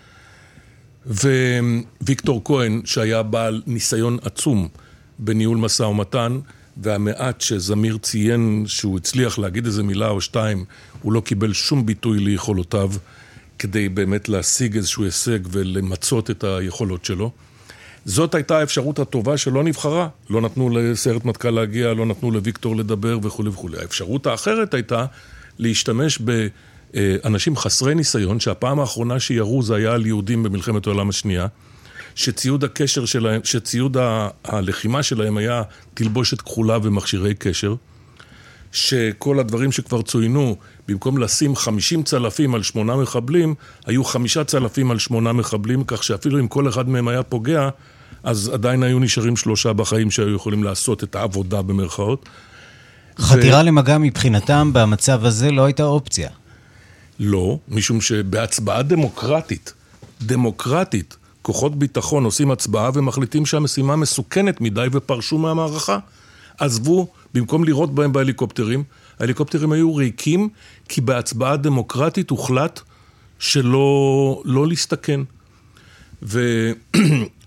Speaker 6: וויקטור כהן, שהיה בעל ניסיון עצום בניהול משא ומתן, והמעט שזמיר ציין שהוא הצליח להגיד איזה מילה או שתיים, הוא לא קיבל שום ביטוי ליכולותיו, כדי באמת להשיג איזשהו הישג ולמצות את היכולות שלו. זאת הייתה האפשרות הטובה שלא נבחרה. לא נתנו לסיירת מטכ"ל להגיע, לא נתנו לוויקטור לדבר וכו' וכו'. האפשרות האחרת הייתה להשתמש באנשים חסרי ניסיון, שהפעם האחרונה שירו זה היה על יהודים במלחמת העולם השנייה, שציוד הקשר שלהם, שציוד הלחימה שלהם היה תלבושת כחולה ומכשירי קשר, שכל הדברים שכבר צוינו, במקום לשים חמישים צלפים על שמונה מחבלים, היו חמישה צלפים על שמונה מחבלים, כך שאפילו אם כל אחד מהם היה פוגע, אז עדיין היו נשארים שלושה בחיים שהיו יכולים לעשות את העבודה במרכאות.
Speaker 1: חתירה ו... למגע מבחינתם במצב הזה לא הייתה אופציה.
Speaker 6: לא, משום שבהצבעה דמוקרטית, דמוקרטית, כוחות ביטחון עושים הצבעה ומחליטים שהמשימה מסוכנת מדי ופרשו מהמערכה. עזבו, במקום לראות בהם בהליקופטרים, ההליקופטרים היו ריקים, כי בהצבעה דמוקרטית הוחלט שלא לא להסתכן.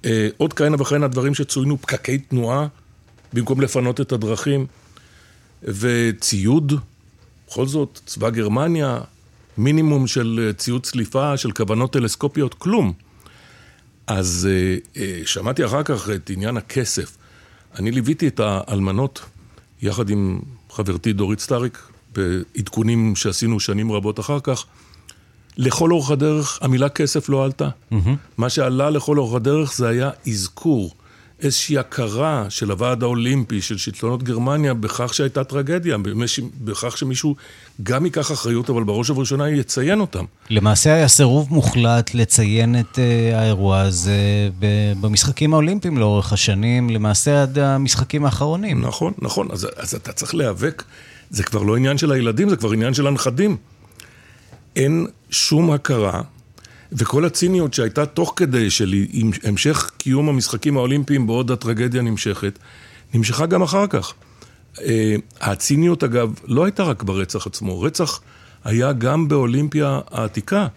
Speaker 6: עוד כהנה וכהנה דברים שצוינו, פקקי תנועה, במקום לפנות את הדרכים, וציוד, בכל זאת, צבא גרמניה, מינימום של ציוד צליפה, של כוונות טלסקופיות, כלום. אז שמעתי אחר כך את עניין הכסף. אני ליוויתי את האלמנות, יחד עם חברתי דורית סטריק, בעדכונים שעשינו שנים רבות אחר כך, לכל אורך הדרך המילה כסף לא עלתה. Mm-hmm. מה שעלה לכל אורך הדרך זה היה אזכור, איזושהי הכרה של הוועד האולימפי, של שלטונות גרמניה, בכך שהייתה טרגדיה, בכך שמישהו גם ייקח אחריות, אבל בראש ובראשונה יציין אותם.
Speaker 1: למעשה היה סירוב מוחלט לציין את uh, האירוע הזה במשחקים האולימפיים לאורך השנים, למעשה עד המשחקים האחרונים.
Speaker 6: נכון, נכון. אז, אז אתה צריך להיאבק, זה כבר לא עניין של הילדים, זה כבר עניין של הנכדים. אין שום הכרה, וכל הציניות שהייתה תוך כדי של המשך קיום המשחקים האולימפיים בעוד הטרגדיה נמשכת, נמשכה גם אחר כך. הציניות אגב לא הייתה רק ברצח עצמו, רצח היה גם באולימפיה העתיקה,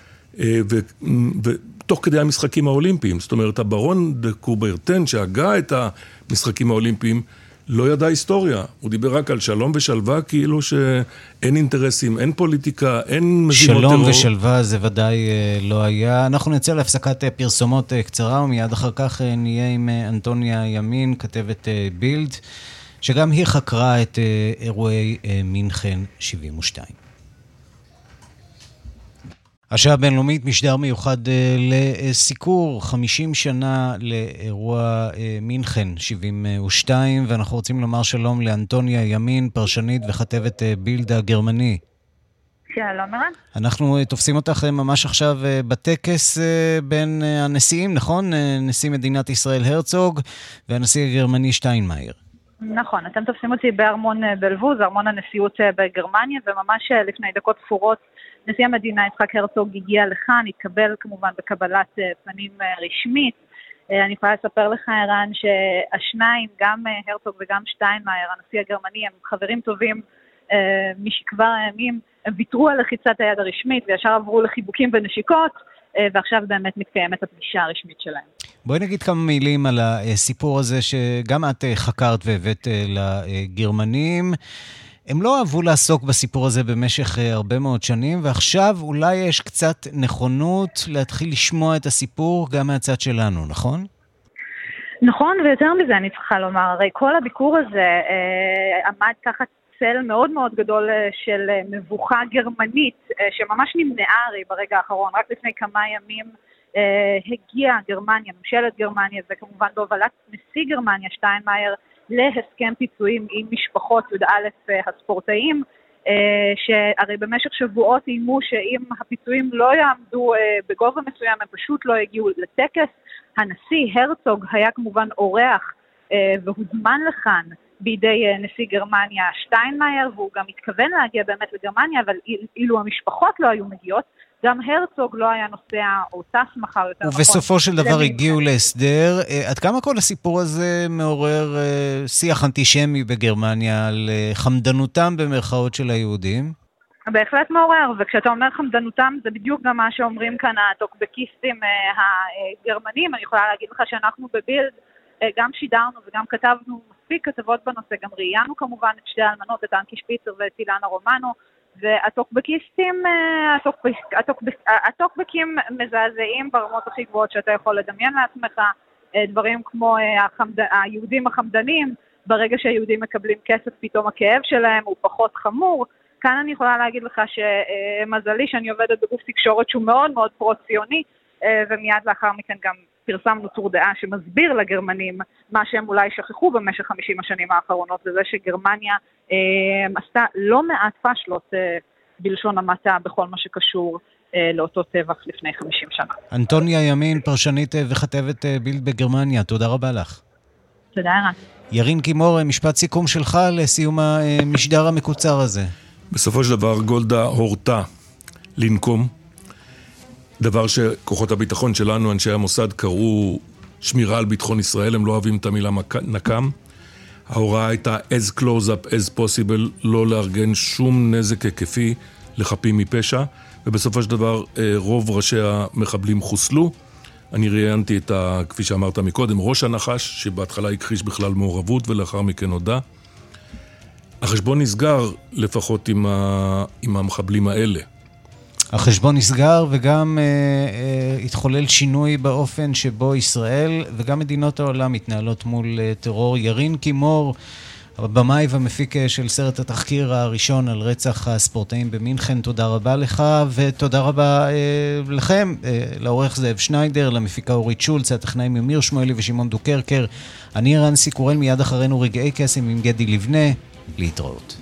Speaker 6: ותוך כדי המשחקים האולימפיים, זאת אומרת הברון דה קוברטן שהגה את המשחקים האולימפיים, לא ידע היסטוריה, הוא דיבר רק על שלום ושלווה, כאילו שאין אינטרסים, אין פוליטיקה, אין מזימות טרור.
Speaker 1: שלום ושלווה זה ודאי לא היה. אנחנו נצא להפסקת פרסומות קצרה, ומיד אחר כך נהיה עם אנטוניה ימין, כתבת בילד, שגם היא חקרה את אירועי מינכן שבעים ושתיים. השעה הבינלאומית, משדר מיוחד לסיקור חמישים שנה לאירוע מינכן שבעים ושתיים, ואנחנו רוצים לומר שלום לאנטוניה ימין, פרשנית וכתבת בילד הגרמני.
Speaker 19: שלום ערן.
Speaker 1: אנחנו תופסים אותך ממש עכשיו בטקס בין הנשיאים, נכון? נשיא מדינת ישראל הרצוג והנשיא הגרמני שטיינמאייר.
Speaker 19: נכון, אתם תופסים אותי בארמון בלבוז, ארמון הנשיאות בגרמניה, וממש לפני דקות ספורות נשיא המדינה יצחק הרצוג הגיע לכאן, התקבל כמובן בקבלת פנים רשמית. אני יכולה לספר לך ערן שהשניים, גם הרצוג וגם שטיינמאייר, הנשיא הגרמני, הם חברים טובים משכבר הימים, הם ויתרו על לחיצת היד הרשמית וישר עברו לחיבוקים ונשיקות, ועכשיו באמת מתקיימת הפגישה הרשמית שלהם.
Speaker 1: בואי נגיד כמה מילים על הסיפור הזה שגם את חקרת והבאת לגרמנים. הם לא אהבו לעסוק בסיפור הזה במשך הרבה מאוד שנים, ועכשיו אולי יש קצת נכונות להתחיל לשמוע את הסיפור גם מהצד שלנו, נכון?
Speaker 19: נכון, ויותר מזה אני צריכה לומר, הרי כל הביקור הזה אה, עמד תחת צל מאוד מאוד גדול של מבוכה גרמנית, אה, שממש נמנעה הרי ברגע האחרון, רק לפני כמה ימים אה, הגיעה גרמניה, ממשלת גרמניה, וכמובן בהובלת נשיא גרמניה שטיינמאייר, להסכם פיצויים עם משפחות י"א הספורטאים, שהרי במשך שבועות איימו שאם הפיצויים לא יעמדו בגובה מסוים, הם פשוט לא הגיעו לטקס. הנשיא הרצוג היה כמובן אורח והוזמן לכאן בידי נשיא גרמניה שטיינמאייר, והוא גם התכוון להגיע באמת לגרמניה, אבל אילו המשפחות לא היו מגיעות, גם הרצוג לא היה נוסע או טס מחר יותר.
Speaker 1: ובסופו של דבר הגיעו להסדר. עד כמה כל הסיפור הזה מעורר שיח אנטישמי בגרמניה על חמדנותם במרכאות של היהודים?
Speaker 19: בהחלט מעורר, וכשאתה אומר חמדנותם זה בדיוק גם מה שאומרים כאן הטוקבקיסטים הגרמנים. אני יכולה להגיד לך שאנחנו בבילד גם שידרנו וגם כתבנו מספיק כתבות בנושא, גם ראיינו כמובן את שתי האלמנות, את אנקי שפיצר ואת אילנה רומנו, והטוקבקיסטים, הטוקבק, הטוקבק, הטוקבקים מזעזעים ברמות הכי גבוהות שאתה יכול לדמיין לעצמך, דברים כמו החמד, היהודים החמדנים, ברגע שהיהודים מקבלים כסף פתאום הכאב שלהם הוא פחות חמור. כאן אני יכולה להגיד לך שמזלי שאני עובדת בגוף תקשורת שהוא מאוד מאוד פרו-ציוני, ומיד לאחר מכן גם פרסמנו טור דעה שמסביר לגרמנים מה שהם אולי שכחו במשך חמישים השנים האחרונות, וזה שגרמניה אה, עשתה לא מעט פשלות אה, בלשון המעטה בכל מה שקשור אה, לאותו טבח לפני חמישים שנה.
Speaker 1: אנטוניה ימין, פרשנית וכתבת בילד בגרמניה, תודה רבה לך.
Speaker 19: תודה ערן.
Speaker 1: ירין קימור, משפט סיכום שלך לסיום המשדר המקוצר הזה.
Speaker 6: בסופו של דבר גולדה הורתה לנקום, דבר שכוחות הביטחון שלנו, אנשי המוסד, קראו שמירה על ביטחון ישראל, הם לא אוהבים את המילה נקם. ההוראה הייתה as close up as possible, לא לארגן שום נזק היקפי לחפים מפשע, ובסופו של דבר רוב ראשי המחבלים חוסלו, אני ראיינתי את, ה, כפי שאמרת מקודם, ראש הנחש, שבהתחלה הכחיש בכלל מעורבות ולאחר מכן הודע. החשבון נסגר לפחות עם, ה, עם המחבלים האלה.
Speaker 1: החשבון נסגר וגם אה, אה, התחולל שינוי באופן שבו ישראל וגם מדינות העולם מתנהלות מול אה, טרור. ירין קימור, הבמאי והמפיק של סרט התחקיר הראשון על רצח הספורטאים במינכן, תודה רבה לך, ותודה רבה אה, לכם, אה, לעורך זאב שניידר, למפיקה אורית שולץ, הטכנאים אמיר שמואלי ושמעון דוקרקר. אני ערן סיקורל, מיד אחרינו רגעי קסם עם גדי לבנה, להתראות.